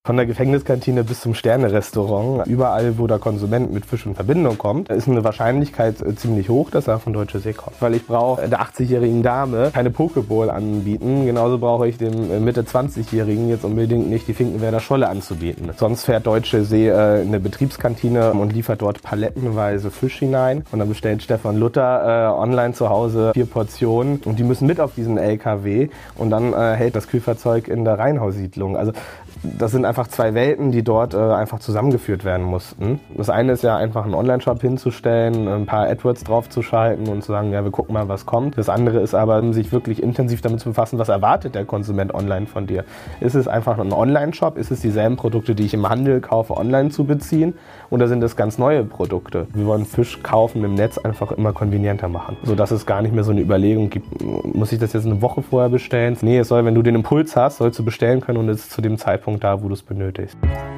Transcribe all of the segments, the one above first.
Von der Gefängniskantine bis zum Sterne-Restaurant, überall, wo der Konsument mit Fisch in Verbindung kommt, ist eine Wahrscheinlichkeit ziemlich hoch, dass er von Deutsche See kommt. Weil ich brauche der 80-jährigen Dame keine Pokeball anbieten, genauso brauche ich dem Mitte-20-jährigen jetzt unbedingt nicht die Finkenwerder Scholle anzubieten. Sonst fährt Deutsche See eine Betriebskantine und liefert dort palettenweise Fisch hinein. Und dann bestellt Stefan Luther online zu Hause 4 Portionen und die müssen mit auf diesen LKW und dann hält das Kühlfahrzeug in der Rheinhaussiedlung. Also das sind einfach 2 Welten, die dort einfach zusammengeführt werden mussten. Das eine ist ja einfach einen Online-Shop hinzustellen, ein paar AdWords draufzuschalten und zu sagen, ja, wir gucken mal, was kommt. Das andere ist aber, sich wirklich intensiv damit zu befassen, was erwartet der Konsument online von dir. Ist es einfach ein Online-Shop? Ist es dieselben Produkte, die ich im Handel kaufe, online zu beziehen? Oder sind es ganz neue Produkte? Wir wollen Fisch kaufen im Netz einfach immer konvenienter machen, sodass es gar nicht mehr so eine Überlegung gibt, muss ich das jetzt eine Woche vorher bestellen? Nee, es soll, wenn du den Impuls hast, sollst du bestellen können und es ist zu dem Zeitpunkt da, wo du es benötigst.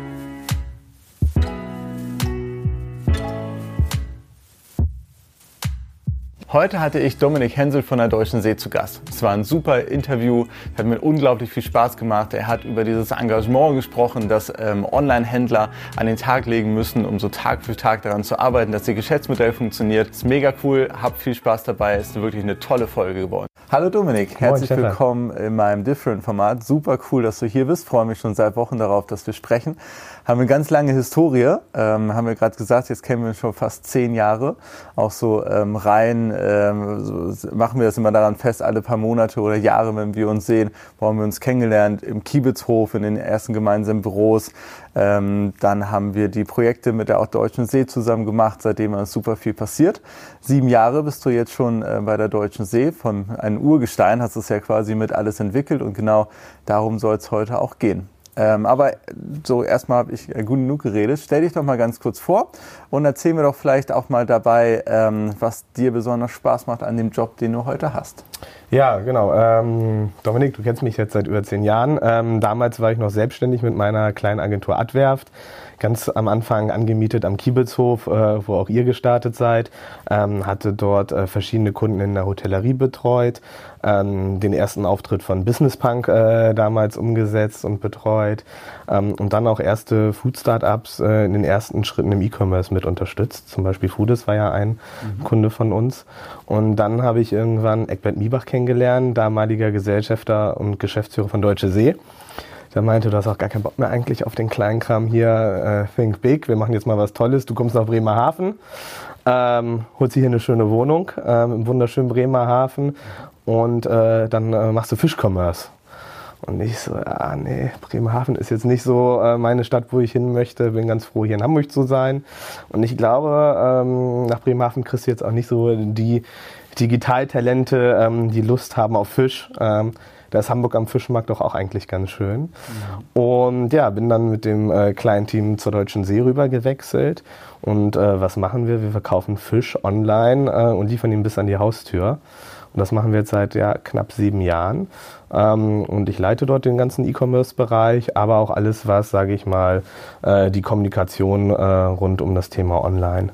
Heute hatte ich Dominik Hensel von der Deutschen See zu Gast. Es war ein super Interview, hat mir unglaublich viel Spaß gemacht. Er hat über dieses Engagement gesprochen, das Online-Händler an den Tag legen müssen, um so Tag für Tag daran zu arbeiten, dass ihr Geschäftsmodell funktioniert. Ist mega cool, habt viel Spaß dabei, ist wirklich eine tolle Folge geworden. Hallo Dominik, herzlich willkommen in meinem Different-Format. Super cool, dass du hier bist. Freue mich schon seit Wochen darauf, dass wir sprechen. Haben eine ganz lange Historie, haben wir gerade gesagt, jetzt kennen wir uns schon fast 10 Jahre. Auch so so machen wir das immer daran fest, alle paar Monate oder Jahre, wenn wir uns sehen, wo haben wir uns kennengelernt, im Kiebitzhof, in den ersten gemeinsamen Büros. Dann haben wir die Projekte mit der Deutschen See zusammen gemacht, seitdem ist super viel passiert. 7 Jahre bist du jetzt schon bei der Deutschen See, von einem Urgestein hast du es ja quasi mit alles entwickelt und genau darum soll es heute auch gehen. Aber so erstmal habe ich gut genug geredet. Stell dich doch mal ganz kurz vor und erzähl mir doch vielleicht auch mal dabei, was dir besonders Spaß macht an dem Job, den du heute hast. Ja, genau. Dominik, du kennst mich jetzt seit über 10 Jahren. Damals war ich noch selbstständig mit meiner kleinen Agentur Adwerft. Ganz am Anfang angemietet am Kiebitzhof, wo auch ihr gestartet seid. Hatte dort verschiedene Kunden in der Hotellerie betreut. Den ersten Auftritt von Business Punk damals umgesetzt und betreut. Und dann auch erste Food-Startups in den ersten Schritten im E-Commerce mit unterstützt. Zum Beispiel Foodist war ja ein Kunde von uns. Und dann habe ich irgendwann Egbert Miebach kennengelernt, damaliger Gesellschafter und Geschäftsführer von Deutsche See. Der meinte, du hast auch gar keinen Bock mehr eigentlich auf den Kleinkram hier, think big, wir machen jetzt mal was Tolles, du kommst nach Bremerhaven, holst dir hier eine schöne Wohnung im wunderschönen Bremerhaven und dann machst du Fischcommerce. Und ich so, ja, nee, Bremerhaven ist jetzt nicht so meine Stadt, wo ich hin möchte. Bin ganz froh, hier in Hamburg zu sein. Und ich glaube, nach Bremerhaven kriegst du jetzt auch nicht so die Digitaltalente, die Lust haben auf Fisch. Da ist Hamburg am Fischmarkt doch auch eigentlich ganz schön. Ja. Und ja, bin dann mit dem kleinen Team zur Deutschen See rüber gewechselt. Und was machen wir? Wir verkaufen Fisch online und liefern ihn bis an die Haustür. Und das machen wir jetzt seit knapp 7 Jahren. Und ich leite dort den ganzen E-Commerce-Bereich, aber auch alles, was, sage ich mal, die Kommunikation rund um das Thema Online,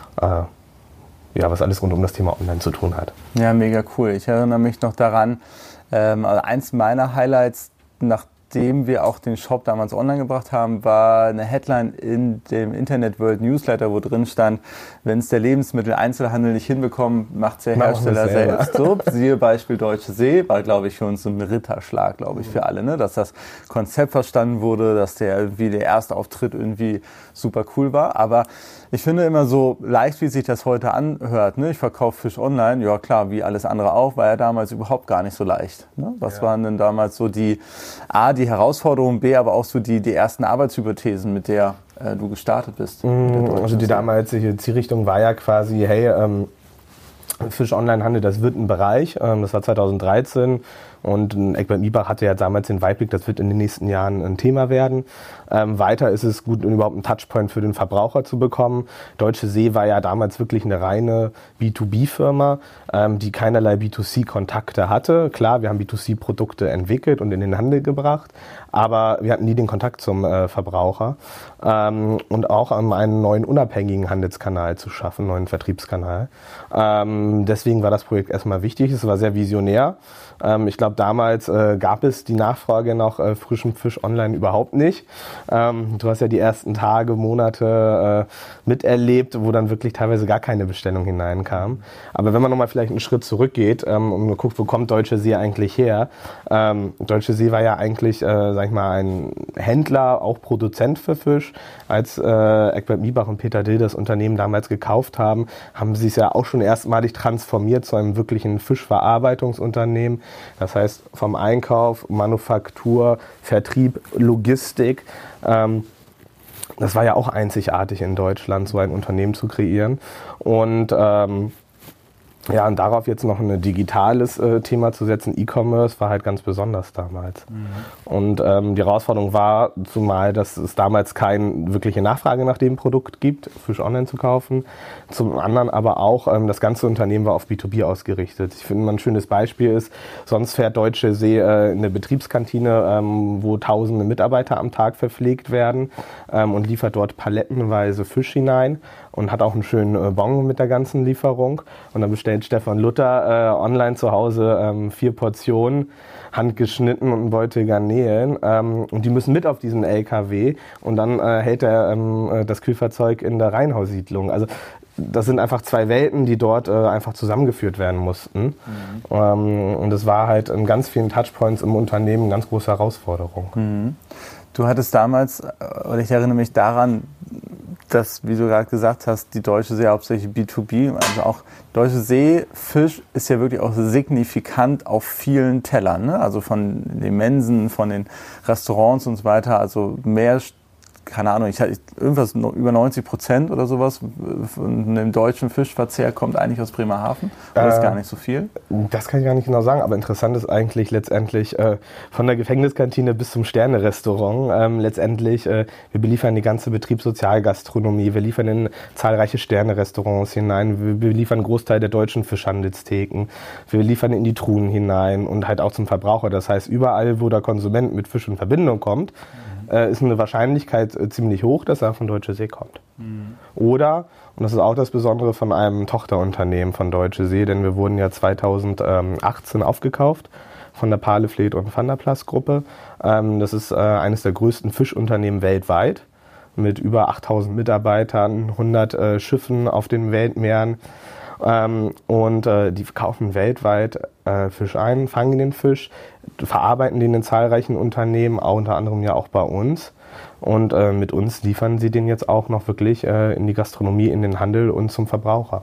was alles rund um das Thema Online zu tun hat. Ja, mega cool. Ich erinnere mich noch daran, eins meiner Highlights, nachdem wir auch den Shop damals online gebracht haben, war eine Headline in dem Internet World Newsletter, wo drin stand, wenn es der Lebensmitteleinzelhandel nicht hinbekommt, macht es der Hersteller selbst. So, siehe Beispiel Deutsche See, war, glaube ich, für uns ein Ritterschlag, glaube ich, für alle, ne? Dass das Konzept verstanden wurde, dass der Erstauftritt irgendwie super cool war. Aber ich finde immer so leicht, wie sich das heute anhört, ne? Ich verkaufe Fisch online, ja klar, wie alles andere auch, war ja damals überhaupt gar nicht so leicht. Ne? Was waren denn damals so die Herausforderungen, B, aber auch so die ersten Arbeitshypothesen, mit der du gestartet bist? Also die damalige Zielrichtung war ja quasi, hey, Fisch-Online-Handel, das wird ein Bereich. Das war 2013 und Egbert Miebach hatte ja damals den Weitblick, das wird in den nächsten Jahren ein Thema werden. Weiter ist es gut, überhaupt einen Touchpoint für den Verbraucher zu bekommen. Deutsche See war ja damals wirklich eine reine B2B-Firma, die keinerlei B2C-Kontakte hatte. Klar, wir haben B2C-Produkte entwickelt und in den Handel gebracht, aber wir hatten nie den Kontakt zum Verbraucher und auch einen neuen unabhängigen Handelskanal zu schaffen, einen neuen Vertriebskanal. Deswegen war das Projekt erstmal wichtig, es war sehr visionär. Ich glaube, damals gab es die Nachfrage nach frischem Fisch online überhaupt nicht. Du hast ja die ersten Tage, Monate miterlebt, wo dann wirklich teilweise gar keine Bestellung hineinkam. Aber wenn man nochmal vielleicht einen Schritt zurückgeht und man guckt, wo kommt Deutsche See eigentlich her? Deutsche See war ja eigentlich, sag ich mal, ein Händler, auch Produzent für Fisch. Als Egbert Miebach und Peter Dill das Unternehmen damals gekauft haben, haben sie es ja auch schon erstmalig transformiert zu einem wirklichen Fischverarbeitungsunternehmen. Das heißt, vom Einkauf, Manufaktur, Vertrieb, Logistik. Das war ja auch einzigartig in Deutschland, so ein Unternehmen zu kreieren. Und und darauf jetzt noch ein digitales Thema zu setzen, E-Commerce, war halt ganz besonders damals. Und die Herausforderung war zumal, dass es damals keine wirkliche Nachfrage nach dem Produkt gibt, Fisch online zu kaufen. Zum anderen aber auch, das ganze Unternehmen war auf B2B ausgerichtet. Ich finde, ein schönes Beispiel ist, sonst fährt Deutsche See in eine Betriebskantine, wo tausende Mitarbeiter am Tag verpflegt werden und liefert dort palettenweise Fisch hinein und hat auch einen schönen Bon mit der ganzen Lieferung. Und dann bestellt Stefan Luther online zu Hause 4 Portionen, handgeschnitten und ein Beutel Garnelen. Und die müssen mit auf diesen LKW und dann hält er das Kühlfahrzeug in der Rheinhaussiedlung. Also das sind einfach 2 Welten, die dort einfach zusammengeführt werden mussten. Und das war halt in ganz vielen Touchpoints im Unternehmen eine ganz große Herausforderung. Du hattest damals, oder ich erinnere mich daran, dass, wie du gerade gesagt hast, die Deutsche See hauptsächlich B2B, also auch Deutsche See Fisch ist ja wirklich auch signifikant auf vielen Tellern, ne? Also von den Mensen, von den Restaurants und so weiter, also mehr, keine Ahnung, irgendwas über 90% oder sowas von dem deutschen Fischverzehr kommt eigentlich aus Bremerhaven. Oder ist gar nicht so viel? Das kann ich gar nicht genau sagen, aber interessant ist eigentlich letztendlich von der Gefängniskantine bis zum Sterne-Restaurant. Letztendlich, wir beliefern die ganze Betriebssozialgastronomie, wir liefern in zahlreiche Sterne-Restaurants hinein, wir beliefern einen Großteil der deutschen Fischhandelstheken, wir liefern in die Truhen hinein und halt auch zum Verbraucher. Das heißt, überall, wo der Konsument mit Fisch in Verbindung kommt, ist eine Wahrscheinlichkeit ziemlich hoch, dass er von Deutsche See kommt. Oder, und das ist auch das Besondere von einem Tochterunternehmen von Deutsche See, denn wir wurden ja 2018 aufgekauft von der Palefleet und Van der Plas Gruppe. Das ist eines der größten Fischunternehmen weltweit mit über 8000 Mitarbeitern, 100 Schiffen auf den Weltmeeren. Die verkaufen weltweit Fisch ein, fangen den Fisch, verarbeiten den in zahlreichen Unternehmen, auch unter anderem ja auch bei uns. Und mit uns liefern sie den jetzt auch noch wirklich in die Gastronomie, in den Handel und zum Verbraucher.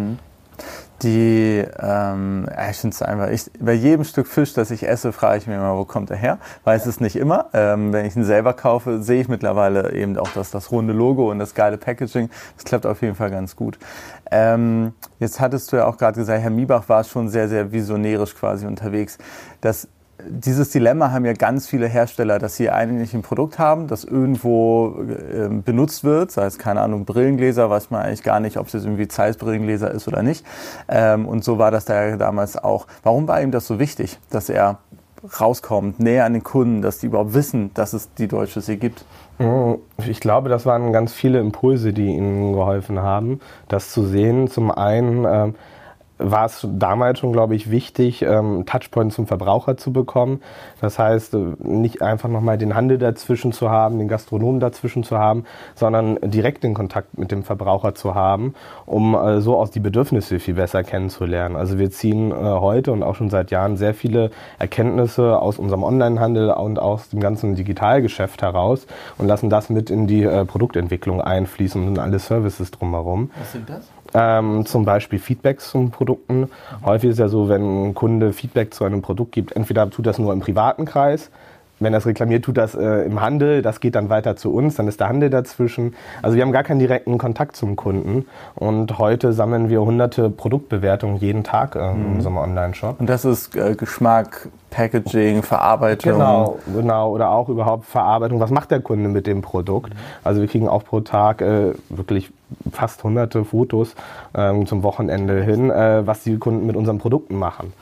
Ich finde es einfach, bei jedem Stück Fisch, das ich esse, frage ich mich immer, wo kommt er her? Weiß es nicht immer. Wenn ich ihn selber kaufe, sehe ich mittlerweile eben auch das runde Logo und das geile Packaging. Das klappt auf jeden Fall ganz gut. Jetzt hattest du ja auch gerade gesagt, Herr Miebach war schon sehr, sehr visionärisch quasi unterwegs. Dieses Dilemma haben ja ganz viele Hersteller, dass sie eigentlich ein Produkt haben, das irgendwo benutzt wird, sei es, keine Ahnung, Brillengläser, weiß man eigentlich gar nicht, ob es jetzt irgendwie Zeiss Brillengläser ist oder nicht. Und so war das da damals auch. Warum war ihm das so wichtig, dass er rauskommt, näher an den Kunden, dass die überhaupt wissen, dass es die Deutsche See gibt? Ich glaube, das waren ganz viele Impulse, die ihnen geholfen haben, das zu sehen. Zum einen war es damals schon, glaube ich, wichtig, Touchpoint zum Verbraucher zu bekommen. Das heißt, nicht einfach nochmal den Handel dazwischen zu haben, den Gastronomen dazwischen zu haben, sondern direkt den Kontakt mit dem Verbraucher zu haben, um so auch die Bedürfnisse viel besser kennenzulernen. Also wir ziehen heute und auch schon seit Jahren sehr viele Erkenntnisse aus unserem Onlinehandel und aus dem ganzen Digitalgeschäft heraus und lassen das mit in die Produktentwicklung einfließen und in alle Services drumherum. Was sind das? Zum Beispiel Feedbacks zu Produkten. Häufig ist es ja so, wenn ein Kunde Feedback zu einem Produkt gibt, entweder tut das nur im privaten Kreis, wenn er es reklamiert, tut das im Handel, das geht dann weiter zu uns, dann ist der Handel dazwischen. Also wir haben gar keinen direkten Kontakt zum Kunden und heute sammeln wir hunderte Produktbewertungen jeden Tag in unserem Online-Shop. Und das ist Geschmack, Packaging, Verarbeitung? Genau, oder auch überhaupt Verarbeitung. Was macht der Kunde mit dem Produkt? Also wir kriegen auch pro Tag wirklich fast hunderte Fotos zum Wochenende hin, was die Kunden mit unseren Produkten machen.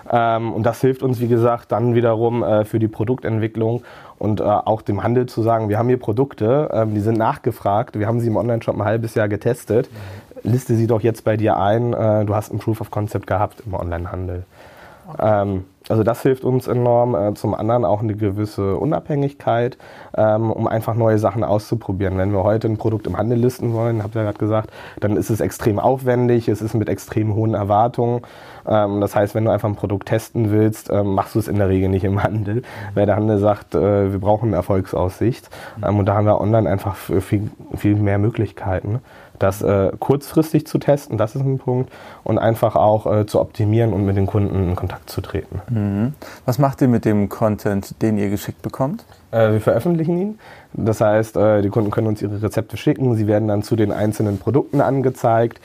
Und das hilft uns, wie gesagt, dann wiederum für die Produktentwicklung und auch dem Handel zu sagen, wir haben hier Produkte, die sind nachgefragt, wir haben sie im Onlineshop ein halbes Jahr getestet, liste sie doch jetzt bei dir ein, du hast ein Proof of Concept gehabt im Onlinehandel. Also das hilft uns enorm. Zum anderen auch eine gewisse Unabhängigkeit, um einfach neue Sachen auszuprobieren. Wenn wir heute ein Produkt im Handel listen wollen, habt ihr ja gerade gesagt, dann ist es extrem aufwendig, es ist mit extrem hohen Erwartungen. Das heißt, wenn du einfach ein Produkt testen willst, machst du es in der Regel nicht im Handel, weil der Handel sagt, wir brauchen eine Erfolgsaussicht. Und da haben wir online einfach viel mehr Möglichkeiten, das kurzfristig zu testen, das ist ein Punkt, und einfach auch zu optimieren und mit den Kunden in Kontakt zu treten. Mhm. Was macht ihr mit dem Content, den ihr geschickt bekommt? Wir veröffentlichen ihn. Das heißt, die Kunden können uns ihre Rezepte schicken. Sie werden dann zu den einzelnen Produkten angezeigt.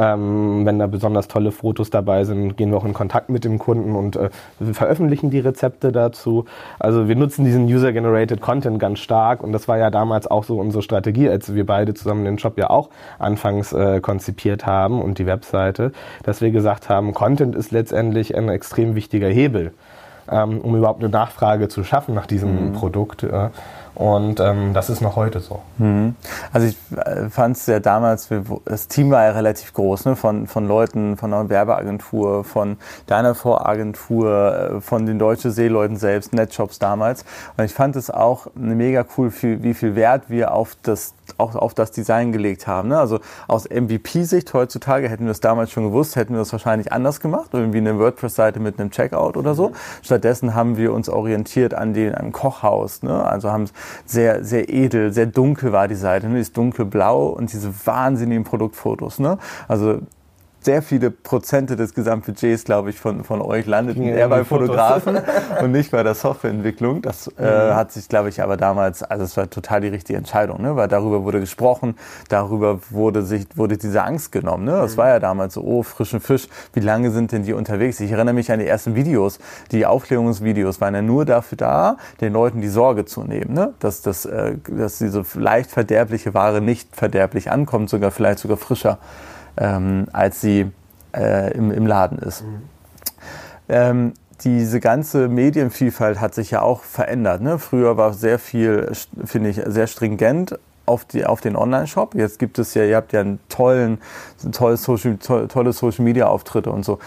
Wenn da besonders tolle Fotos dabei sind, gehen wir auch in Kontakt mit dem Kunden und wir veröffentlichen die Rezepte dazu. Also wir nutzen diesen User-Generated Content ganz stark und das war ja damals auch so unsere Strategie, als wir beide zusammen den Shop ja auch anfangs konzipiert haben und die Webseite, dass wir gesagt haben, Content ist letztendlich ein extrem wichtiger Hebel, um überhaupt eine Nachfrage zu schaffen nach diesem Produkt. Und das ist noch heute so. Also ich fand es ja damals, das Team war ja relativ groß, ne? Von Leuten, von einer Werbeagentur, von deiner Voragentur, von den Deutschen Seeleuten selbst, Netshops damals. Und ich fand es auch mega cool, wie viel Wert wir auf das Design gelegt haben. Ne? Also aus MVP-Sicht heutzutage hätten wir es damals schon gewusst, hätten wir es wahrscheinlich anders gemacht, irgendwie eine WordPress-Seite mit einem Checkout oder so. Stattdessen haben wir uns orientiert an einem Kochhaus. Ne? Also haben es sehr, sehr edel, sehr dunkel war die Seite. Ne? Die ist dunkelblau und diese wahnsinnigen Produktfotos. Ne? Also sehr viele Prozente des Gesamtbudgets, glaube ich, von euch landeten eher bei Fotografen und nicht bei der Softwareentwicklung. Das hat sich, glaube ich, aber damals, also es war total die richtige Entscheidung, ne? Weil darüber wurde gesprochen, darüber wurde diese Angst genommen. Ne? Das war ja damals so, oh, frischen Fisch, wie lange sind denn die unterwegs? Ich erinnere mich an die ersten Videos, die Aufklärungsvideos waren ja nur dafür da, den Leuten die Sorge zu nehmen, ne? Dass diese leicht verderbliche Ware nicht verderblich ankommt, vielleicht sogar frischer, als sie im Laden ist. Diese ganze Medienvielfalt hat sich ja auch verändert. Ne? Früher war sehr viel, finde ich, sehr stringent auf den Online-Shop. Jetzt gibt es ja, ihr habt ja tolle Social-Media-Auftritte und so.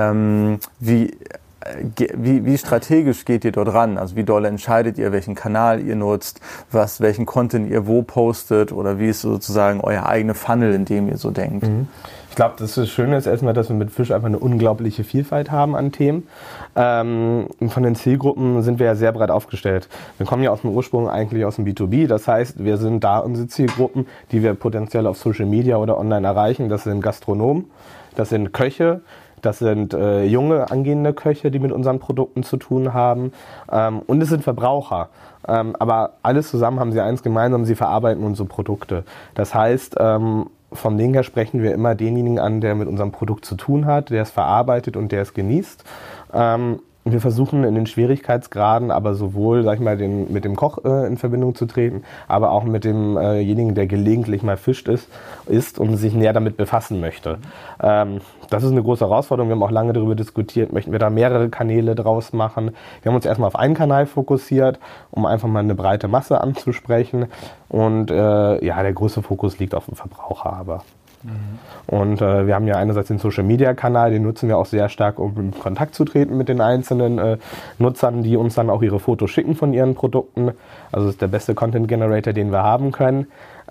Wie strategisch geht ihr dort ran? Also wie doll entscheidet ihr, welchen Kanal ihr nutzt, welchen Content ihr wo postet oder wie ist sozusagen euer eigener Funnel, in dem ihr so denkt? Ich glaube, das Schöne ist erstmal, dass wir mit Fisch einfach eine unglaubliche Vielfalt haben an Themen. Von den Zielgruppen sind wir ja sehr breit aufgestellt. Wir kommen ja aus dem Ursprung eigentlich aus dem B2B. Das heißt, wir sind da unsere Zielgruppen, die wir potenziell auf Social Media oder online erreichen. Das sind Gastronomen, das sind Köche, das sind junge, angehende Köche, die mit unseren Produkten zu tun haben. Und es sind Verbraucher. Aber alles zusammen haben sie eins gemeinsam, sie verarbeiten unsere Produkte. Das heißt, vom Ding her sprechen wir immer denjenigen an, der mit unserem Produkt zu tun hat, der es verarbeitet und der es genießt. Wir versuchen in den Schwierigkeitsgraden aber sowohl, sag ich mal, mit dem Koch in Verbindung zu treten, aber auch mit demjenigen, der gelegentlich mal fischt ist und sich näher damit befassen möchte. Das ist eine große Herausforderung. Wir haben auch lange darüber diskutiert, möchten wir da mehrere Kanäle draus machen. Wir haben uns erstmal auf einen Kanal fokussiert, um einfach mal eine breite Masse anzusprechen. Und der größte Fokus liegt auf dem Verbraucher aber. Und wir haben ja einerseits den Social-Media-Kanal, den nutzen wir auch sehr stark, um in Kontakt zu treten mit den einzelnen Nutzern, die uns dann auch ihre Fotos schicken von ihren Produkten. Also das ist der beste Content-Generator, den wir haben können.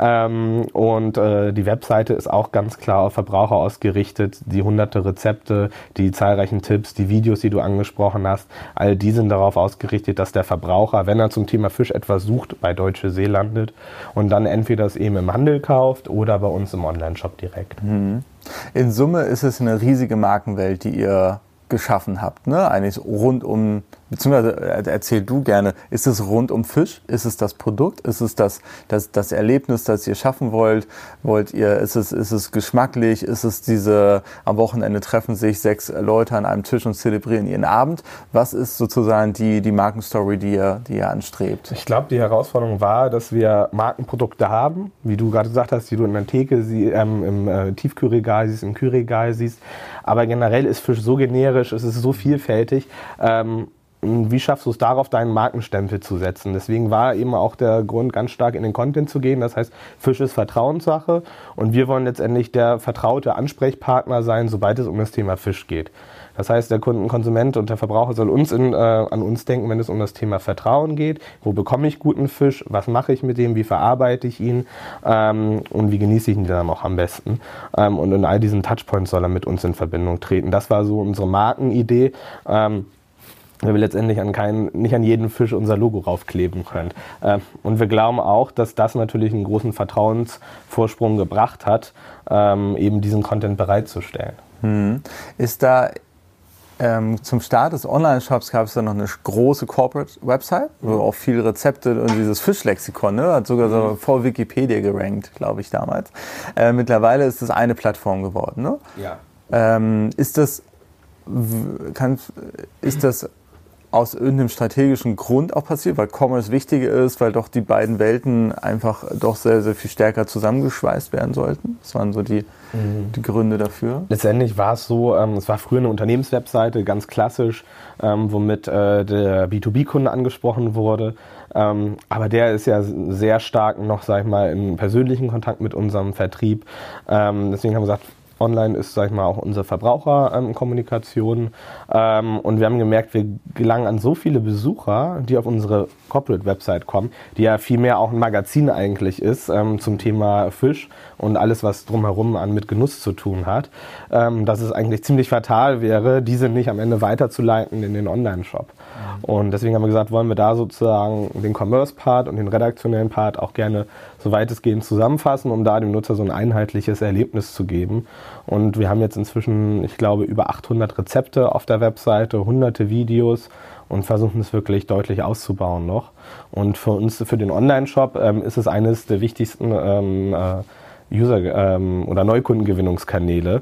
Die Webseite ist auch ganz klar auf Verbraucher ausgerichtet. Die hunderte Rezepte, die zahlreichen Tipps, die Videos, die du angesprochen hast, all die sind darauf ausgerichtet, dass der Verbraucher, wenn er zum Thema Fisch etwas sucht, bei Deutsche See landet und dann entweder es eben im Handel kauft oder bei uns im Online-Shop direkt. In Summe ist es eine riesige Markenwelt, die ihr geschaffen habt, ne? Eigentlich rund um beziehungsweise erzähl du gerne, ist es rund um Fisch? Ist es das Produkt? Ist es das Erlebnis, das ihr schaffen wollt? Ist es geschmacklich? Ist es am Wochenende treffen sich 6 Leute an einem Tisch und zelebrieren ihren Abend? Was ist sozusagen die Markenstory, die ihr anstrebt? Ich glaube, die Herausforderung war, dass wir Markenprodukte haben, wie du gerade gesagt hast, die du in der Theke im Tiefkühlregal siehst, im Kühlregal siehst. Aber generell ist Fisch so generisch, es ist so vielfältig. Wie schaffst du es darauf, deinen Markenstempel zu setzen? Deswegen war eben auch der Grund, ganz stark in den Content zu gehen. Das heißt, Fisch ist Vertrauenssache und wir wollen letztendlich der vertraute Ansprechpartner sein, sobald es um das Thema Fisch geht. Das heißt, der Konsument und der Verbraucher soll an uns denken, wenn es um das Thema Vertrauen geht. Wo bekomme ich guten Fisch? Was mache ich mit dem? Wie verarbeite ich ihn? Und wie genieße ich ihn dann auch am besten? Und in all diesen Touchpoints soll er mit uns in Verbindung treten. Das war so unsere Markenidee. Weil wir letztendlich nicht an jeden Fisch unser Logo raufkleben können. Und wir glauben auch, dass das natürlich einen großen Vertrauensvorsprung gebracht hat, eben diesen Content bereitzustellen. Ist da zum Start des Online-Shops gab es da noch eine große Corporate-Website, wo auch viele Rezepte und dieses Fischlexikon, ne, hat sogar so vor Wikipedia gerankt, glaube ich, damals. Mittlerweile ist das eine Plattform geworden, ne? Ja. Ist das aus irgendeinem strategischen Grund auch passiert, weil Commerce wichtiger ist, weil doch die beiden Welten einfach doch sehr, sehr viel stärker zusammengeschweißt werden sollten? Das waren so die Gründe dafür. Letztendlich war es so, es war früher eine Unternehmenswebseite, ganz klassisch, womit der B2B-Kunde angesprochen wurde. Aber der ist ja sehr stark noch, sag ich mal, in persönlichen Kontakt mit unserem Vertrieb. Deswegen haben wir gesagt, Online ist, sag ich mal, auch unsere Verbraucherkommunikation. Und wir haben gemerkt, wir gelangen an so viele Besucher, die auf unsere Corporate-Website kommen, die ja viel mehr auch ein Magazin eigentlich ist zum Thema Fisch und alles, was drumherum mit Genuss zu tun hat, dass es eigentlich ziemlich fatal wäre, diese nicht am Ende weiterzuleiten in den Online-Shop. Und deswegen haben wir gesagt, wollen wir da sozusagen den Commerce-Part und den redaktionellen Part auch gerne so weitestgehend zusammenfassen, um da dem Nutzer so ein einheitliches Erlebnis zu geben. Und wir haben jetzt inzwischen, ich glaube, über 800 Rezepte auf der Webseite, hunderte Videos und versuchen es wirklich deutlich auszubauen noch. Und für uns, für den Online-Shop, ist es eines der wichtigsten oder Neukundengewinnungskanäle,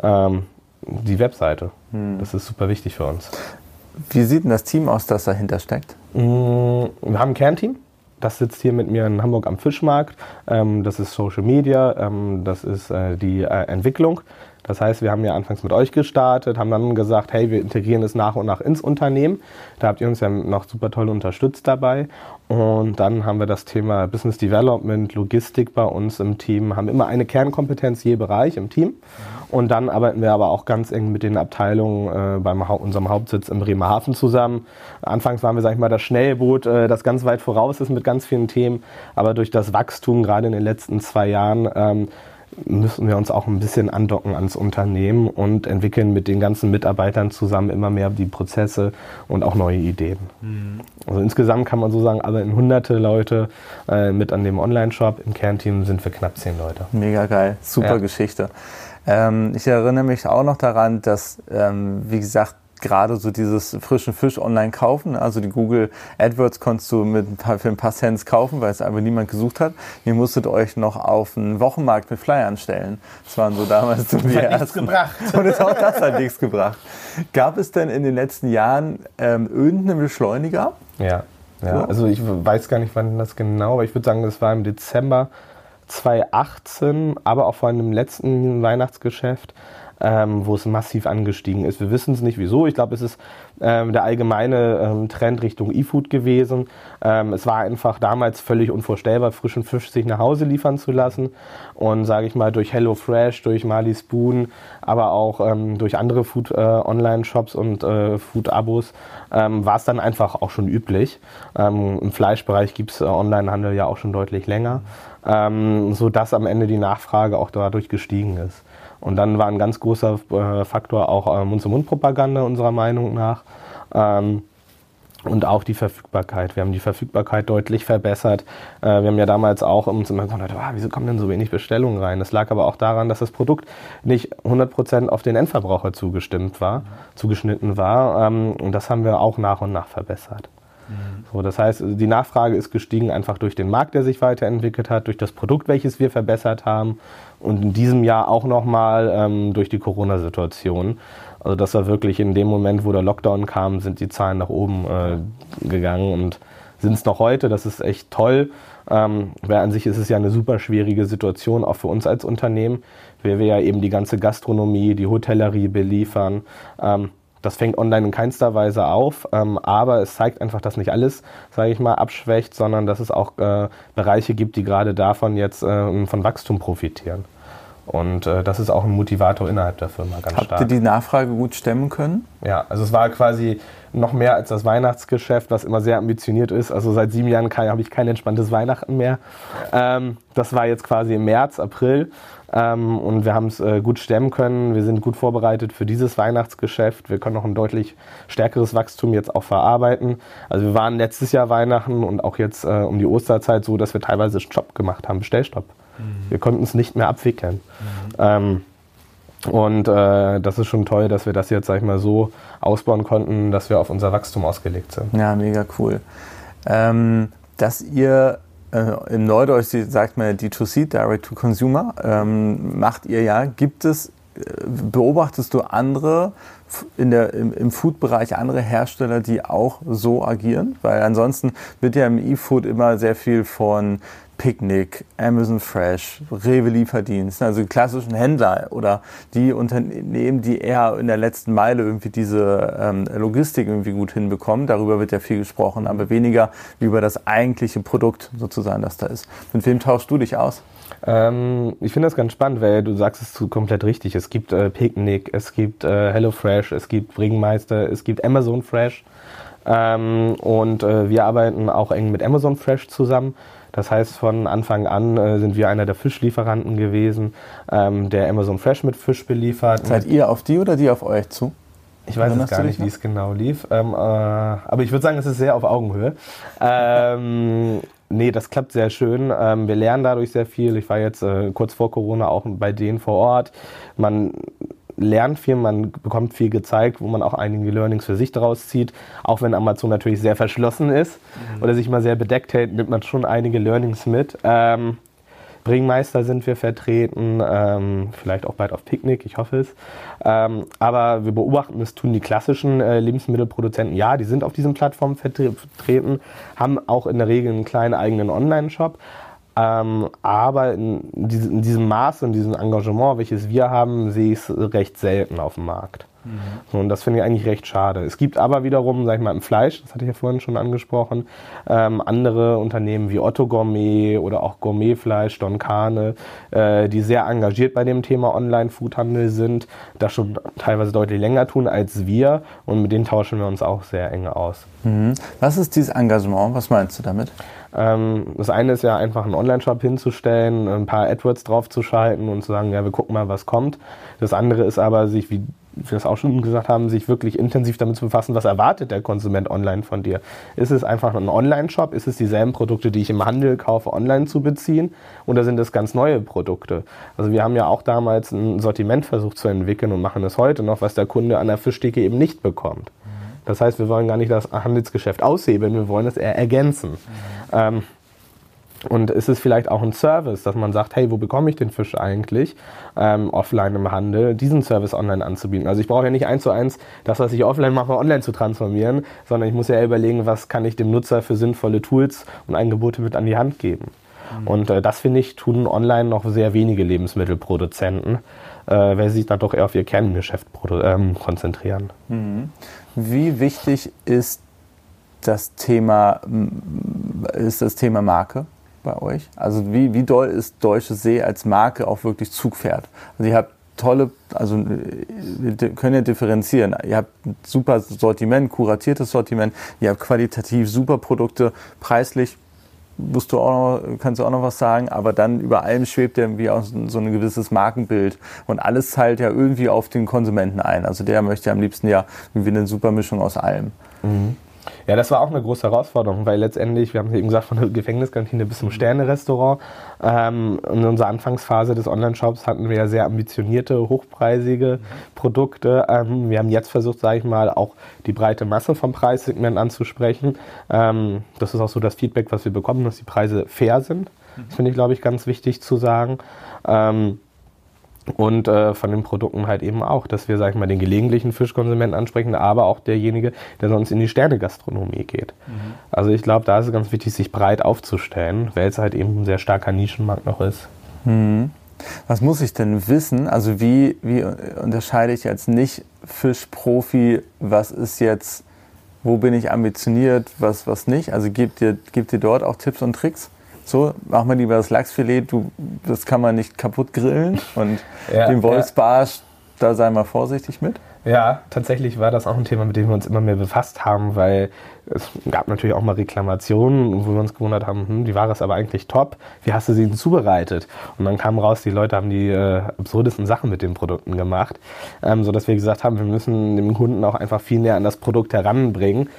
die Webseite. Das ist super wichtig für uns. Wie sieht denn das Team aus, das dahinter steckt? Wir haben ein Kernteam. Das sitzt hier mit mir in Hamburg am Fischmarkt. Das ist Social Media, das ist die Entwicklung. Das heißt, wir haben ja anfangs mit euch gestartet, haben dann gesagt, hey, wir integrieren es nach und nach ins Unternehmen. Da habt ihr uns ja noch super toll unterstützt dabei. Und dann haben wir das Thema Business Development, Logistik bei uns im Team, haben immer eine Kernkompetenz je Bereich im Team. Und dann arbeiten wir aber auch ganz eng mit den Abteilungen bei unserem Hauptsitz in Bremerhaven zusammen. Anfangs waren wir, sag ich mal, das Schnellboot, das ganz weit voraus ist mit ganz vielen Themen. Aber durch das Wachstum, gerade in den letzten 2 Jahren, müssen wir uns auch ein bisschen andocken ans Unternehmen und entwickeln mit den ganzen Mitarbeitern zusammen immer mehr die Prozesse und auch neue Ideen. Also insgesamt kann man so sagen, arbeiten hunderte Leute mit an dem Online-Shop. Im Kernteam sind wir knapp 10 Leute. Mega geil, super Geschichte. Ich erinnere mich auch noch daran, dass, wie gesagt, gerade so dieses frischen Fisch online kaufen, also die Google AdWords konntest du für ein paar Cents kaufen, weil es einfach niemand gesucht hat. Ihr musstet euch noch auf einen Wochenmarkt mit Flyern stellen. Das waren so damals so die ersten. Und auch das hat nichts gebracht. Gab es denn in den letzten Jahren irgendeinen Beschleuniger? Ja. Also ich weiß gar nicht, wann das genau, aber ich würde sagen, das war im Dezember 2018, aber auch vor allem im letzten Weihnachtsgeschäft, wo es massiv angestiegen ist. Wir wissen es nicht wieso. Ich glaube, es ist der allgemeine Trend Richtung E-Food gewesen. Es war einfach damals völlig unvorstellbar, frischen Fisch sich nach Hause liefern zu lassen. Und sage ich mal, durch HelloFresh, durch Marley Spoon, aber auch durch andere Food-Online-Shops und Food-Abos war es dann einfach auch schon üblich. Im Fleischbereich gibt es Onlinehandel ja auch schon deutlich länger, sodass am Ende die Nachfrage auch dadurch gestiegen ist. Und dann war ein ganz großer Faktor auch Mund-zu-Mund-Propaganda unserer Meinung nach. Und auch die Verfügbarkeit. Wir haben die Verfügbarkeit deutlich verbessert. Wir haben ja damals auch uns immer gedacht, wieso kommen denn so wenig Bestellungen rein? Das lag aber auch daran, dass das Produkt nicht 100% auf den Endverbraucher zugeschnitten war. Und das haben wir auch nach und nach verbessert. So, das heißt, die Nachfrage ist gestiegen einfach durch den Markt, der sich weiterentwickelt hat, durch das Produkt, welches wir verbessert haben und in diesem Jahr auch nochmal durch die Corona-Situation. Also das war wirklich in dem Moment, wo der Lockdown kam, sind die Zahlen nach oben gegangen und sind es noch heute. Das ist echt toll. Weil an sich ist es ja eine super schwierige Situation, auch für uns als Unternehmen, weil wir ja eben die ganze Gastronomie, die Hotellerie beliefern. Das fängt online in keinster Weise auf, aber es zeigt einfach, dass nicht alles, sage ich mal, abschwächt, sondern dass es auch Bereiche gibt, die gerade davon jetzt von Wachstum profitieren. Und das ist auch ein Motivator innerhalb der Firma ganz stark. Habt ihr die Nachfrage gut stemmen können? Ja, also es war quasi noch mehr als das Weihnachtsgeschäft, was immer sehr ambitioniert ist. Also seit 7 Jahren habe ich kein entspanntes Weihnachten mehr. Das war jetzt quasi im März, April. Und wir haben es gut stemmen können. Wir sind gut vorbereitet für dieses Weihnachtsgeschäft. Wir können noch ein deutlich stärkeres Wachstum jetzt auch verarbeiten. Also wir waren letztes Jahr Weihnachten und auch jetzt um die Osterzeit so, dass wir teilweise Stopp gemacht haben, Bestellstopp. Wir konnten es nicht mehr abwickeln. Das ist schon toll, dass wir das jetzt, sag ich mal, so ausbauen konnten, dass wir auf unser Wachstum ausgelegt sind. Ja, mega cool. Dass ihr im Neudeutsch sagt man ja D2C, Direct to Consumer, macht ihr ja. Beobachtest du andere im Food-Bereich, andere Hersteller, die auch so agieren? Weil ansonsten wird ja im E-Food immer sehr viel von Picknick, Amazon Fresh, Rewe Lieferdienst, also die klassischen Händler oder die Unternehmen, die eher in der letzten Meile irgendwie diese Logistik irgendwie gut hinbekommen. Darüber wird ja viel gesprochen, aber weniger über das eigentliche Produkt sozusagen, das da ist. Mit wem tauschst du dich aus? Ich finde das ganz spannend, weil du sagst es komplett richtig. Es gibt Picknick, es gibt HelloFresh, es gibt Bringmeister, es gibt Amazon Fresh wir arbeiten auch eng mit Amazon Fresh zusammen. Das heißt, von Anfang an sind wir einer der Fischlieferanten gewesen, der Amazon Fresh mit Fisch beliefert. Seid ihr auf die oder die auf euch zu? Ich weiß jetzt gar nicht, wie es genau lief. Aber ich würde sagen, es ist sehr auf Augenhöhe. Nee, das klappt sehr schön. Wir lernen dadurch sehr viel. Ich war jetzt kurz vor Corona auch bei denen vor Ort. Man lernt viel, man bekommt viel gezeigt, wo man auch einige Learnings für sich daraus zieht. Auch wenn Amazon natürlich sehr verschlossen ist oder sich mal sehr bedeckt hält, nimmt man schon einige Learnings mit. Bringmeister sind wir vertreten, vielleicht auch bald auf Picknick, ich hoffe es. Aber wir beobachten, das tun die klassischen Lebensmittelproduzenten. Ja, die sind auf diesen Plattformen vertreten, haben auch in der Regel einen kleinen eigenen Online-Shop. Aber in diesem Maß und diesem Engagement, welches wir haben, sehe ich es recht selten auf dem Markt. Und das finde ich eigentlich recht schade. Es gibt aber wiederum, sag ich mal, im Fleisch, das hatte ich ja vorhin schon angesprochen, andere Unternehmen wie Otto Gourmet oder auch Gourmetfleisch, Don Carne, die sehr engagiert bei dem Thema Online-Foodhandel sind, das schon teilweise deutlich länger tun als wir und mit denen tauschen wir uns auch sehr eng aus. Was ist dieses Engagement? Was meinst du damit? Das eine ist ja einfach einen Online-Shop hinzustellen, ein paar AdWords draufzuschalten und zu sagen, ja, wir gucken mal, was kommt. Das andere ist aber, sich, wie wir das auch schon gesagt haben, sich wirklich intensiv damit zu befassen, was erwartet der Konsument online von dir. Ist es einfach ein Online-Shop? Ist es dieselben Produkte, die ich im Handel kaufe, online zu beziehen? Oder sind es ganz neue Produkte? Also wir haben ja auch damals ein Sortiment versucht zu entwickeln und machen es heute noch, was der Kunde an der Fischtheke eben nicht bekommt. Das heißt, wir wollen gar nicht das Handelsgeschäft aushebeln, wir wollen es eher ergänzen. Und ist es vielleicht auch ein Service, dass man sagt, hey, wo bekomme ich den Fisch eigentlich offline im Handel, diesen Service online anzubieten. Also ich brauche ja nicht 1:1 das, was ich offline mache, online zu transformieren, sondern ich muss ja überlegen, was kann ich dem Nutzer für sinnvolle Tools und Angebote mit an die Hand geben. Und das, finde ich, tun online noch sehr wenige Lebensmittelproduzenten, weil sie sich dann doch eher auf ihr Kerngeschäft konzentrieren. Wie wichtig ist das Thema Marke bei euch? Also wie doll ist Deutsche See als Marke auch wirklich Zugpferd? Also ihr habt wir können ja differenzieren. Ihr habt ein super Sortiment, kuratiertes Sortiment, ihr habt qualitativ super Produkte, preislich kannst du auch noch was sagen, aber dann über allem schwebt ja irgendwie auch so ein gewisses Markenbild und alles zahlt ja irgendwie auf den Konsumenten ein. Also der möchte ja am liebsten ja irgendwie eine super Mischung aus allem. Ja, das war auch eine große Herausforderung, weil letztendlich, wir haben es eben gesagt, von der Gefängniskantine bis zum Sterne-Restaurant. In unserer Anfangsphase des Online-Shops hatten wir ja sehr ambitionierte, hochpreisige Produkte. Wir haben jetzt versucht, sage ich mal, auch die breite Masse vom Preissegment anzusprechen. Das ist auch so das Feedback, was wir bekommen, dass die Preise fair sind. Das finde ich, glaube ich, ganz wichtig zu sagen. Und von den Produkten halt eben auch, dass wir, sag ich mal, den gelegentlichen Fischkonsumenten ansprechen, aber auch derjenige, der sonst in die Sterne-Gastronomie geht. Also ich glaube, da ist es ganz wichtig, sich breit aufzustellen, weil es halt eben ein sehr starker Nischenmarkt noch ist. Was muss ich denn wissen? Also wie unterscheide ich als Nicht-Fischprofi, was ist jetzt, wo bin ich ambitioniert, was nicht? Also gebt ihr dort auch Tipps und Tricks? So, mach mal lieber das Lachsfilet, das kann man nicht kaputt grillen und den Wolfsbarsch, da sei mal vorsichtig mit. Ja, tatsächlich war das auch ein Thema, mit dem wir uns immer mehr befasst haben, weil es gab natürlich auch mal Reklamationen, wo wir uns gewundert haben, die Ware ist aber eigentlich top, wie hast du sie denn zubereitet? Und dann kam raus, die Leute haben die absurdesten Sachen mit den Produkten gemacht, sodass wir gesagt haben, wir müssen dem Kunden auch einfach viel näher an das Produkt heranbringen.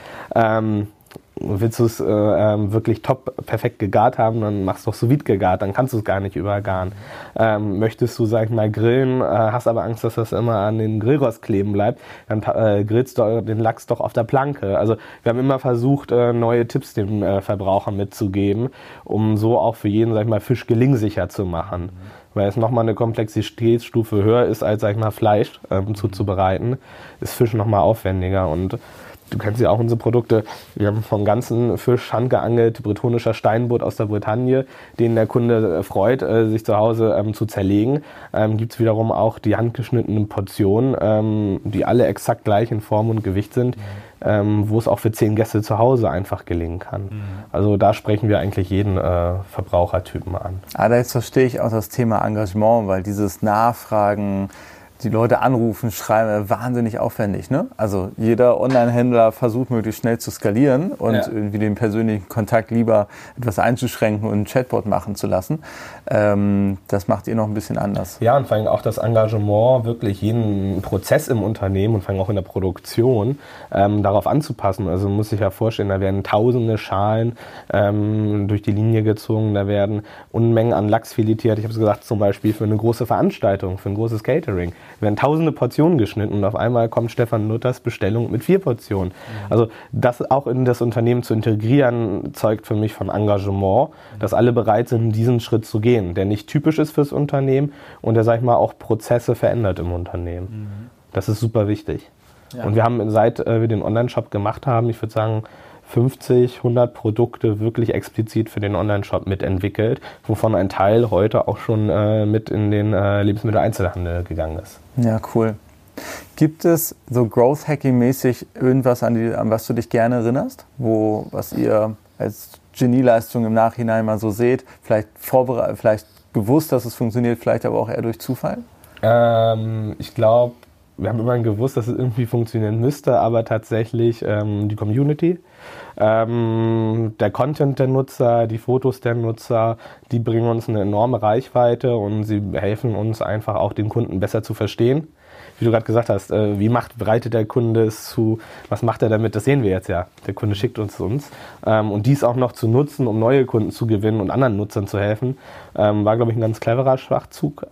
Willst du es wirklich top perfekt gegart haben, dann machst du doch sous-vide gegart, dann kannst du es gar nicht übergaren. Möchtest du, sag ich mal, grillen, hast aber Angst, dass das immer an den Grillrost kleben bleibt, dann grillst du den Lachs doch auf der Planke. Also wir haben immer versucht, neue Tipps dem Verbraucher mitzugeben, um so auch für jeden, sag ich mal, Fisch gelingsicher zu machen. Weil es nochmal eine Komplexitätsstufe höher ist, als, sag ich mal, Fleisch zuzubereiten, ist Fisch nochmal aufwendiger. Und du kennst ja auch unsere Produkte. Wir haben vom ganzen Fisch handgeangelt, bretonischer Steinbutt aus der Bretagne, den der Kunde freut, sich zu Hause zu zerlegen. Gibt es wiederum auch die handgeschnittenen Portionen, die alle exakt gleich in Form und Gewicht sind, wo es auch für 10 Gäste zu Hause einfach gelingen kann. Also da sprechen wir eigentlich jeden Verbrauchertypen an. Aber jetzt verstehe ich auch das Thema Engagement, weil dieses Nachfragen, die Leute anrufen, schreiben, wahnsinnig aufwendig. Ne? Also jeder Online-Händler versucht möglichst schnell zu skalieren und irgendwie den persönlichen Kontakt lieber etwas einzuschränken und einen Chatbot machen zu lassen. Das macht ihr noch ein bisschen anders. Ja, und vor allem auch das Engagement, wirklich jeden Prozess im Unternehmen und vor allem auch in der Produktion darauf anzupassen. Also man muss sich ja vorstellen, da werden tausende Schalen durch die Linie gezogen, da werden Unmengen an Lachs filetiert. Ich habe es gesagt, zum Beispiel für eine große Veranstaltung, für ein großes Catering. Werden tausende Portionen geschnitten und auf einmal kommt Stefan Luthers Bestellung mit 4 Portionen. Also das auch in das Unternehmen zu integrieren, zeugt für mich von Engagement, dass alle bereit sind, diesen Schritt zu gehen, der nicht typisch ist fürs Unternehmen und der, sag ich mal, auch Prozesse verändert im Unternehmen. Das ist super wichtig. Ja. Und wir haben, seit wir den Online-Shop gemacht haben, ich würde sagen, 50, 100 Produkte wirklich explizit für den Online-Shop mitentwickelt, wovon ein Teil heute auch schon mit in den Lebensmitteleinzelhandel gegangen ist. Ja, cool. Gibt es so Growth-Hacking-mäßig irgendwas, an was du dich gerne erinnerst? Was ihr als Genieleistung im Nachhinein mal so seht? Vielleicht gewusst, dass es funktioniert, vielleicht aber auch eher durch Zufall? Ich glaube, wir haben immer gewusst, dass es irgendwie funktionieren müsste, aber tatsächlich die Community, der Content der Nutzer, die Fotos der Nutzer, die bringen uns eine enorme Reichweite und sie helfen uns einfach auch den Kunden besser zu verstehen. Wie du gerade gesagt hast, bereitet der Kunde es zu, was macht er damit, das sehen wir jetzt ja. Der Kunde schickt uns. Und dies auch noch zu nutzen, um neue Kunden zu gewinnen und anderen Nutzern zu helfen, war, glaube ich, ein ganz cleverer Schachzug.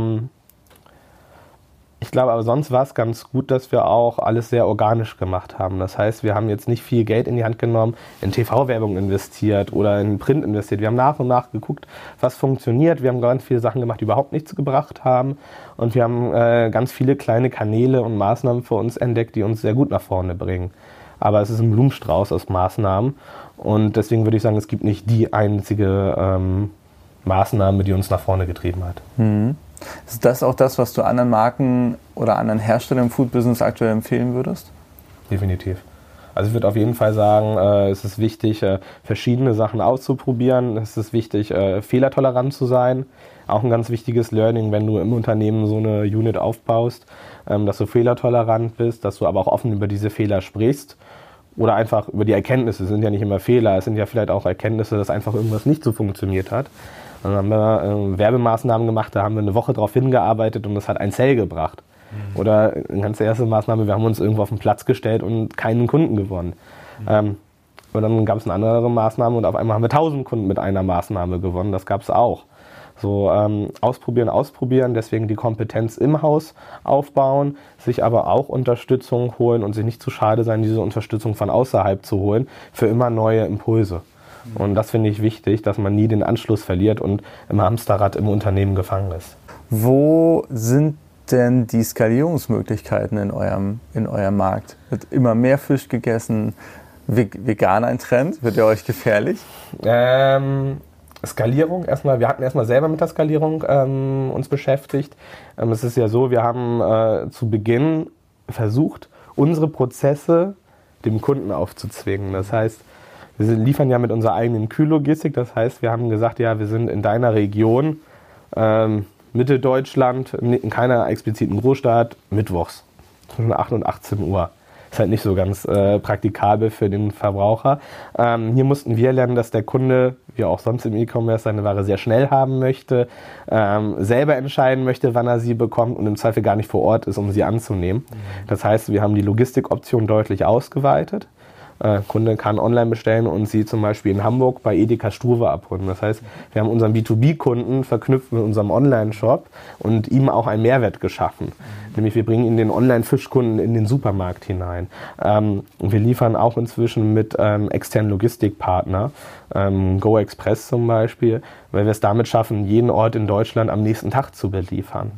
Ich glaube aber sonst war es ganz gut, dass wir auch alles sehr organisch gemacht haben. Das heißt, wir haben jetzt nicht viel Geld in die Hand genommen, in TV-Werbung investiert oder in Print investiert. Wir haben nach und nach geguckt, was funktioniert. Wir haben ganz viele Sachen gemacht, die überhaupt nichts gebracht haben. Und wir haben ganz viele kleine Kanäle und Maßnahmen für uns entdeckt, die uns sehr gut nach vorne bringen. Aber es ist ein Blumenstrauß aus Maßnahmen. Und deswegen würde ich sagen, es gibt nicht die einzige Maßnahme, die uns nach vorne getrieben hat. Ist das auch das, was du anderen Marken oder anderen Herstellern im Food-Business aktuell empfehlen würdest? Definitiv. Also ich würde auf jeden Fall sagen, es ist wichtig, verschiedene Sachen auszuprobieren. Es ist wichtig, fehlertolerant zu sein. Auch ein ganz wichtiges Learning, wenn du im Unternehmen so eine Unit aufbaust, dass du fehlertolerant bist, dass du aber auch offen über diese Fehler sprichst. Oder einfach über die Erkenntnisse. Es sind ja nicht immer Fehler, es sind ja vielleicht auch Erkenntnisse, dass einfach irgendwas nicht so funktioniert hat. Dann haben wir Werbemaßnahmen gemacht, da haben wir eine Woche drauf hingearbeitet und das hat ein Sale gebracht. Oder eine ganz erste Maßnahme, wir haben uns irgendwo auf den Platz gestellt und keinen Kunden gewonnen. Und dann gab es eine andere Maßnahme und auf einmal haben wir 1000 Kunden mit einer Maßnahme gewonnen. Das gab es auch. So ausprobieren, deswegen die Kompetenz im Haus aufbauen, sich aber auch Unterstützung holen und sich nicht zu schade sein, diese Unterstützung von außerhalb zu holen für immer neue Impulse. Und das finde ich wichtig, dass man nie den Anschluss verliert und im Hamsterrad im Unternehmen gefangen ist. Wo sind denn die Skalierungsmöglichkeiten in eurem Markt? Wird immer mehr Fisch gegessen? Vegan ein Trend? Wird der euch gefährlich? Skalierung, wir hatten erstmal selber mit der Skalierung uns beschäftigt. Es ist ja so, wir haben zu Beginn versucht, unsere Prozesse dem Kunden aufzuzwingen. Das heißt, wir liefern ja mit unserer eigenen Kühllogistik. Das heißt, wir haben gesagt, ja, wir sind in deiner Region, Mitteldeutschland, in keiner expliziten Großstadt, mittwochs zwischen 8 und 18 Uhr. Ist halt nicht so ganz praktikabel für den Verbraucher. Hier mussten wir lernen, dass der Kunde, wie auch sonst im E-Commerce, seine Ware sehr schnell haben möchte, selber entscheiden möchte, wann er sie bekommt und im Zweifel gar nicht vor Ort ist, um sie anzunehmen. Das heißt, wir haben die Logistikoption deutlich ausgeweitet. Kunde kann online bestellen und sie zum Beispiel in Hamburg bei Edeka Struve abholen. Das heißt, wir haben unseren B2B-Kunden verknüpft mit unserem Online-Shop und ihm auch einen Mehrwert geschaffen. Nämlich wir bringen ihn den Online-Fischkunden in den Supermarkt hinein. Und wir liefern auch inzwischen mit externen Logistikpartner, Go Express zum Beispiel, weil wir es damit schaffen, jeden Ort in Deutschland am nächsten Tag zu beliefern.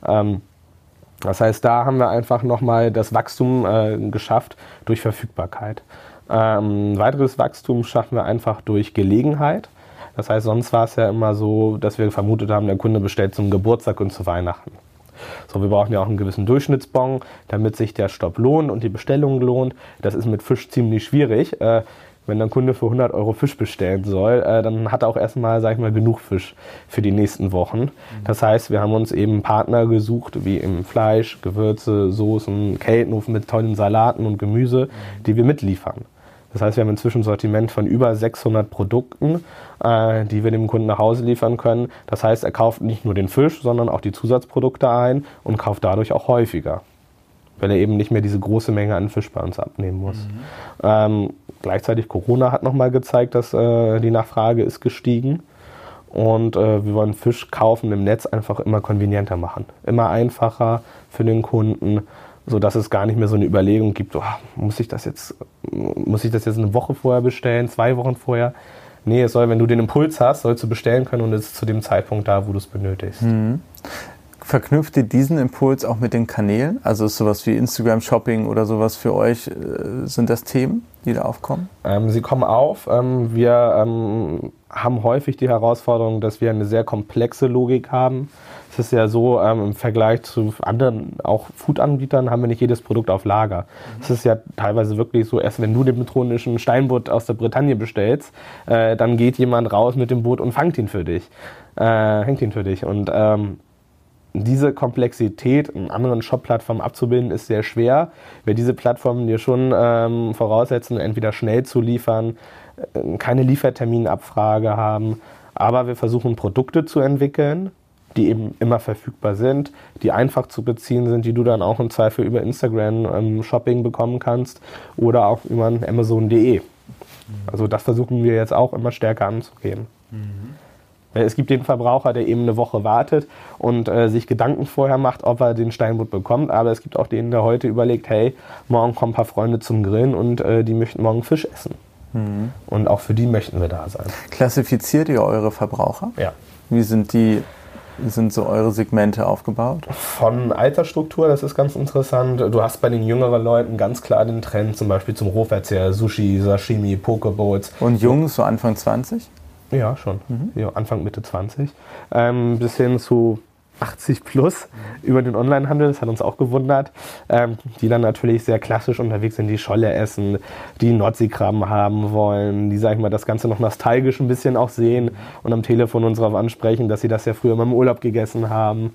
Das heißt, da haben wir einfach nochmal das Wachstum geschafft durch Verfügbarkeit. Weiteres Wachstum schaffen wir einfach durch Gelegenheit. Das heißt, sonst war es ja immer so, dass wir vermutet haben, der Kunde bestellt zum Geburtstag und zu Weihnachten. So, wir brauchen ja auch einen gewissen Durchschnittsbon, damit sich der Stopp lohnt und die Bestellung lohnt. Das ist mit Fisch ziemlich schwierig. Wenn ein Kunde für 100 Euro Fisch bestellen soll, dann hat er auch erstmal, genug Fisch für die nächsten Wochen. Das heißt, wir haben uns eben Partner gesucht, wie im Fleisch, Gewürze, Soßen, Keltenhof mit tollen Salaten und Gemüse, die wir mitliefern. Das heißt, wir haben inzwischen ein Sortiment von über 600 Produkten, die wir dem Kunden nach Hause liefern können. Das heißt, er kauft nicht nur den Fisch, sondern auch die Zusatzprodukte ein und kauft dadurch auch häufiger, weil er eben nicht mehr diese große Menge an Fisch bei uns abnehmen muss. Gleichzeitig Corona hat nochmal gezeigt, dass die Nachfrage ist gestiegen und wir wollen Fisch kaufen im Netz einfach immer konvenienter machen. Immer einfacher für den Kunden, sodass es gar nicht mehr so eine Überlegung gibt, muss ich das jetzt eine Woche vorher bestellen, 2 Wochen vorher? Nee, es soll, wenn du den Impuls hast, sollst du bestellen können und es ist zu dem Zeitpunkt da, wo du es benötigst. Verknüpft ihr diesen Impuls auch mit den Kanälen? Also ist sowas wie Instagram-Shopping oder sowas für euch, sind das Themen, die da aufkommen? Sie kommen auf. Wir haben häufig die Herausforderung, dass wir eine sehr komplexe Logik haben. Es ist ja so, im Vergleich zu anderen, auch Food-Anbietern, haben wir nicht jedes Produkt auf Lager. Es ist ja teilweise wirklich so, erst wenn du den metronischen Steinbutt aus der Bretagne bestellst, dann geht jemand raus mit dem Boot und hängt ihn für dich. Und diese Komplexität in anderen Shop-Plattformen abzubilden, ist sehr schwer, weil diese Plattformen dir schon voraussetzen, entweder schnell zu liefern, keine Lieferterminabfrage haben, aber wir versuchen Produkte zu entwickeln, die eben immer verfügbar sind, die einfach zu beziehen sind, die du dann auch im Zweifel über Instagram Shopping bekommen kannst oder auch über Amazon.de. Also das versuchen wir jetzt auch immer stärker anzugehen. Es gibt den Verbraucher, der eben eine Woche wartet und sich Gedanken vorher macht, ob er den Steinbutt bekommt. Aber es gibt auch den, der heute überlegt, hey, morgen kommen ein paar Freunde zum Grillen und die möchten morgen Fisch essen. Und auch für die möchten wir da sein. Klassifiziert ihr eure Verbraucher? Ja. Wie sind so eure Segmente aufgebaut? Von Altersstruktur, das ist ganz interessant. Du hast bei den jüngeren Leuten ganz klar den Trend, zum Beispiel zum Rohverzehr, Sushi, Sashimi, Pokebowls. Und Jungs, so Anfang 20? Ja, schon. Ja, Anfang, Mitte 20. Bis hin zu 80 plus über den Onlinehandel, das hat uns auch gewundert. Die dann natürlich sehr klassisch unterwegs sind, die Scholle essen, die Nordseekrabben haben wollen, die, das Ganze noch nostalgisch ein bisschen auch sehen und am Telefon uns darauf ansprechen, dass sie das ja früher mal im Urlaub gegessen haben.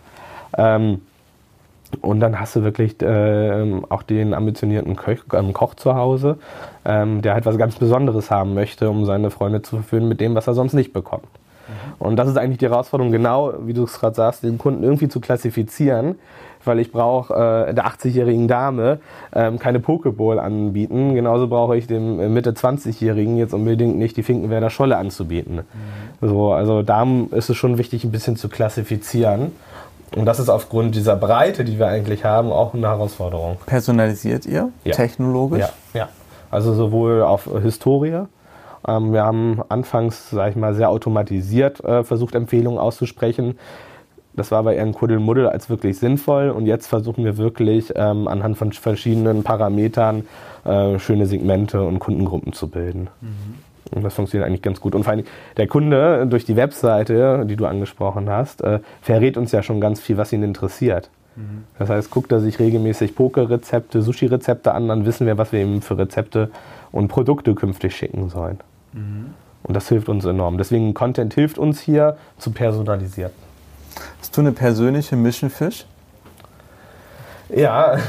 Und dann hast du wirklich auch den ambitionierten Koch zu Hause, der halt was ganz Besonderes haben möchte, um seine Freunde zu verführen mit dem, was er sonst nicht bekommt. Und das ist eigentlich die Herausforderung, genau wie du es gerade sagst, den Kunden irgendwie zu klassifizieren, weil ich brauche der 80-jährigen Dame keine Pokeball anbieten. Genauso brauche ich dem Mitte 20-Jährigen jetzt unbedingt nicht die Finkenwerder Scholle anzubieten. So, also da ist es schon wichtig, ein bisschen zu klassifizieren. Und das ist aufgrund dieser Breite, die wir eigentlich haben, auch eine Herausforderung. Personalisiert ihr technologisch? Ja. Also sowohl auf Historie. Wir haben anfangs, sage ich mal, sehr automatisiert versucht, Empfehlungen auszusprechen. Das war aber eher ein Kuddelmuddel als wirklich sinnvoll. Und jetzt versuchen wir wirklich anhand von verschiedenen Parametern schöne Segmente und Kundengruppen zu bilden. Und das funktioniert eigentlich ganz gut. Und vor allem der Kunde durch die Webseite, die du angesprochen hast, verrät uns ja schon ganz viel, was ihn interessiert. Das heißt, guckt er sich regelmäßig Poke-Rezepte, Sushi-Rezepte an, dann wissen wir, was wir ihm für Rezepte und Produkte künftig schicken sollen. Und das hilft uns enorm. Deswegen Content hilft uns hier zu personalisieren. Hast du eine persönliche Mission Fish? Ja,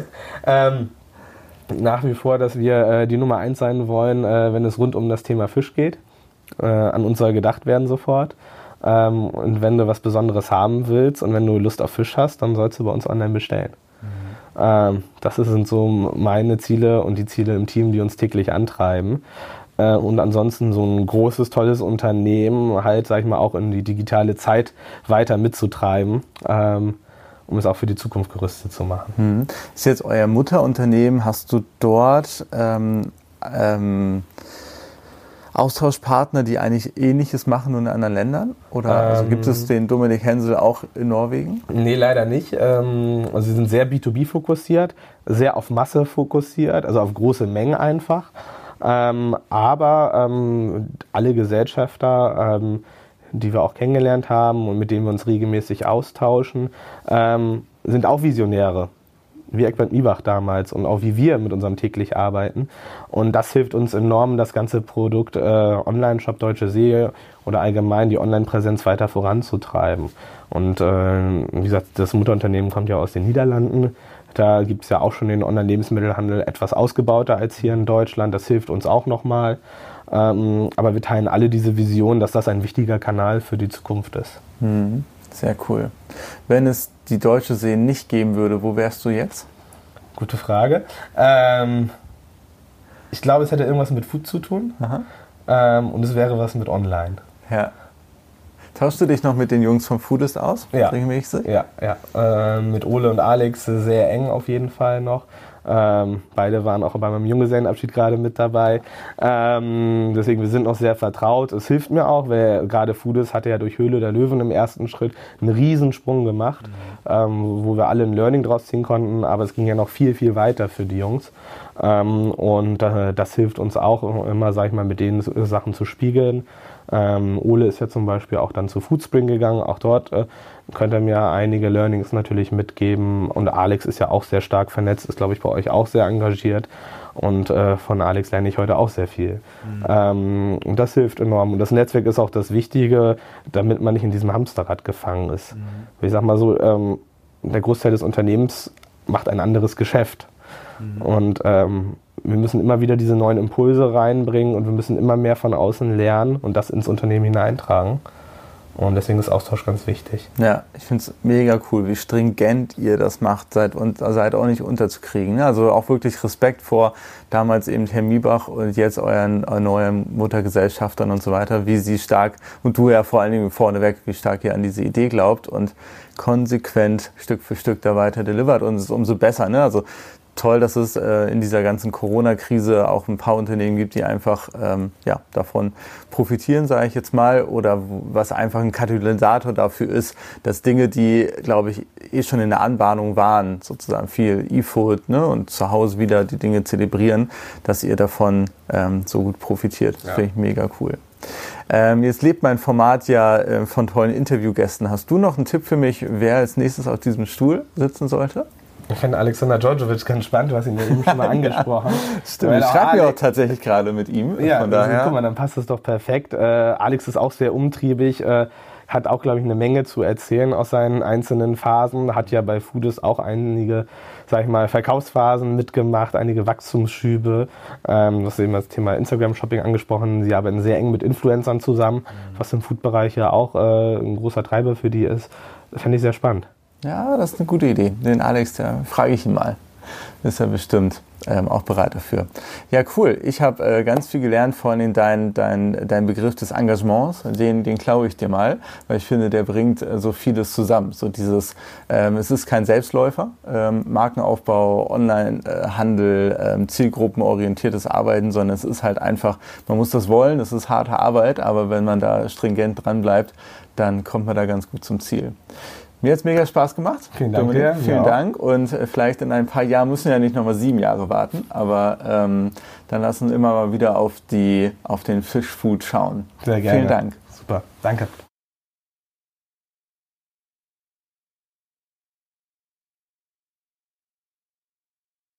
nach wie vor, dass wir die Nummer 1 sein wollen, wenn es rund um das Thema Fisch geht. An uns soll gedacht werden sofort. Und wenn du was Besonderes haben willst und wenn du Lust auf Fisch hast, dann sollst du bei uns online bestellen. Das sind so meine Ziele und die Ziele im Team, die uns täglich antreiben. Und ansonsten so ein großes, tolles Unternehmen halt, sag ich mal, auch in die digitale Zeit weiter mitzutreiben, um es auch für die Zukunft gerüstet zu machen. Ist jetzt euer Mutterunternehmen, hast du dort Austauschpartner, die eigentlich Ähnliches machen, nur in anderen Ländern? Oder also gibt es den Dominik Hensel auch in Norwegen? Nee, leider nicht. Also sie sind sehr B2B fokussiert, sehr auf Masse fokussiert, also auf große Mengen einfach. Aber alle Gesellschafter, die wir auch kennengelernt haben und mit denen wir uns regelmäßig austauschen, sind auch Visionäre. Wie Eckbert Miebach damals und auch wie wir mit unserem täglich arbeiten. Und das hilft uns enorm, das ganze Produkt Online-Shop Deutsche See oder allgemein die Online-Präsenz weiter voranzutreiben. Und wie gesagt, das Mutterunternehmen kommt ja aus den Niederlanden. Da gibt es ja auch schon den Online-Lebensmittelhandel etwas ausgebauter als hier in Deutschland. Das hilft uns auch nochmal. Aber wir teilen alle diese Vision, dass das ein wichtiger Kanal für die Zukunft ist. Sehr cool. Wenn es die Deutsche See nicht geben würde, wo wärst du jetzt? Gute Frage. Ich glaube, es hätte irgendwas mit Food zu tun. Und es wäre was mit Online. Ja. Tauschst du dich noch mit den Jungs vom Foodist aus? Ja. Regelmäßig? Ja. Mit Ole und Alex sehr eng auf jeden Fall noch. Beide waren auch bei meinem Junggesellenabschied gerade mit dabei. Deswegen, wir sind noch sehr vertraut. Es hilft mir auch, weil gerade Foodist hatte ja durch Höhle der Löwen im ersten Schritt einen Riesensprung gemacht, wo wir alle ein Learning draus ziehen konnten, aber es ging ja noch viel, viel weiter für die Jungs. Und das hilft uns auch immer, sag ich mal, mit den Sachen zu spiegeln. Ole ist ja zum Beispiel auch dann zu Foodspring gegangen. Auch dort könnt ihr mir einige Learnings natürlich mitgeben. Und Alex ist ja auch sehr stark vernetzt, ist, glaube ich, bei euch auch sehr engagiert. Und von Alex lerne ich heute auch sehr viel. Und das hilft enorm. Und das Netzwerk ist auch das Wichtige, damit man nicht in diesem Hamsterrad gefangen ist. Ich sag mal so, der Großteil des Unternehmens macht ein anderes Geschäft. Und wir müssen immer wieder diese neuen Impulse reinbringen und wir müssen immer mehr von außen lernen und das ins Unternehmen hineintragen. Und deswegen ist Austausch ganz wichtig. Ja, ich finde es mega cool, wie stringent ihr das macht, seid auch nicht unterzukriegen. Also auch wirklich Respekt vor damals eben Herr Miebach und jetzt euren neuen Muttergesellschaftern und so weiter, wie sie stark, und du ja vor allen Dingen vorneweg, wie stark ihr an diese Idee glaubt und konsequent Stück für Stück da weiter delivert, und es ist umso besser, ne? Also toll, dass es in dieser ganzen Corona-Krise auch ein paar Unternehmen gibt, die einfach davon profitieren, sage ich jetzt mal, oder was einfach ein Katalysator dafür ist, dass Dinge, die, glaube ich, schon in der Anbahnung waren, sozusagen viel E-Food, ne, und zu Hause wieder die Dinge zelebrieren, dass ihr davon so gut profitiert. Das finde ich mega cool. Jetzt lebt mein Format ja von tollen Interviewgästen. Hast du noch einen Tipp für mich, wer als nächstes auf diesem Stuhl sitzen sollte? Ich finde Alexander Djordjevic ganz spannend, du hast ihn ja eben schon mal angesprochen. Stimmt, ich schreibe ja auch tatsächlich gerade mit ihm. Ja, von daher. Also, guck mal, dann passt das doch perfekt. Alex ist auch sehr umtriebig, hat auch, glaube ich, eine Menge zu erzählen aus seinen einzelnen Phasen. Hat ja bei Foodist auch einige, sag ich mal, Verkaufsphasen mitgemacht, einige Wachstumsschübe. Du hast eben das Thema Instagram-Shopping angesprochen. Sie arbeiten sehr eng mit Influencern zusammen, was im Food-Bereich ja auch ein großer Treiber für die ist. Das fände ich sehr spannend. Ja, das ist eine gute Idee. Den Alex, da frage ich ihn mal. Ist er bestimmt auch bereit dafür. Ja, cool. Ich habe ganz viel gelernt, vor allem dein Begriff des Engagements. Den klaue ich dir mal, weil ich finde, der bringt so vieles zusammen. So dieses, es ist kein Selbstläufer, Markenaufbau, Onlinehandel, zielgruppenorientiertes Arbeiten, sondern es ist halt einfach, man muss das wollen, es ist harte Arbeit, aber wenn man da stringent dran bleibt, dann kommt man da ganz gut zum Ziel. Mir hat es mega Spaß gemacht. Vielen Dank Dominik, dir. vielen Dank. Und vielleicht in ein paar Jahren, müssen ja nicht nochmal 7 Jahre warten, aber dann lassen wir immer mal wieder auf den Fischfood schauen. Sehr gerne. Vielen Dank. Super, danke.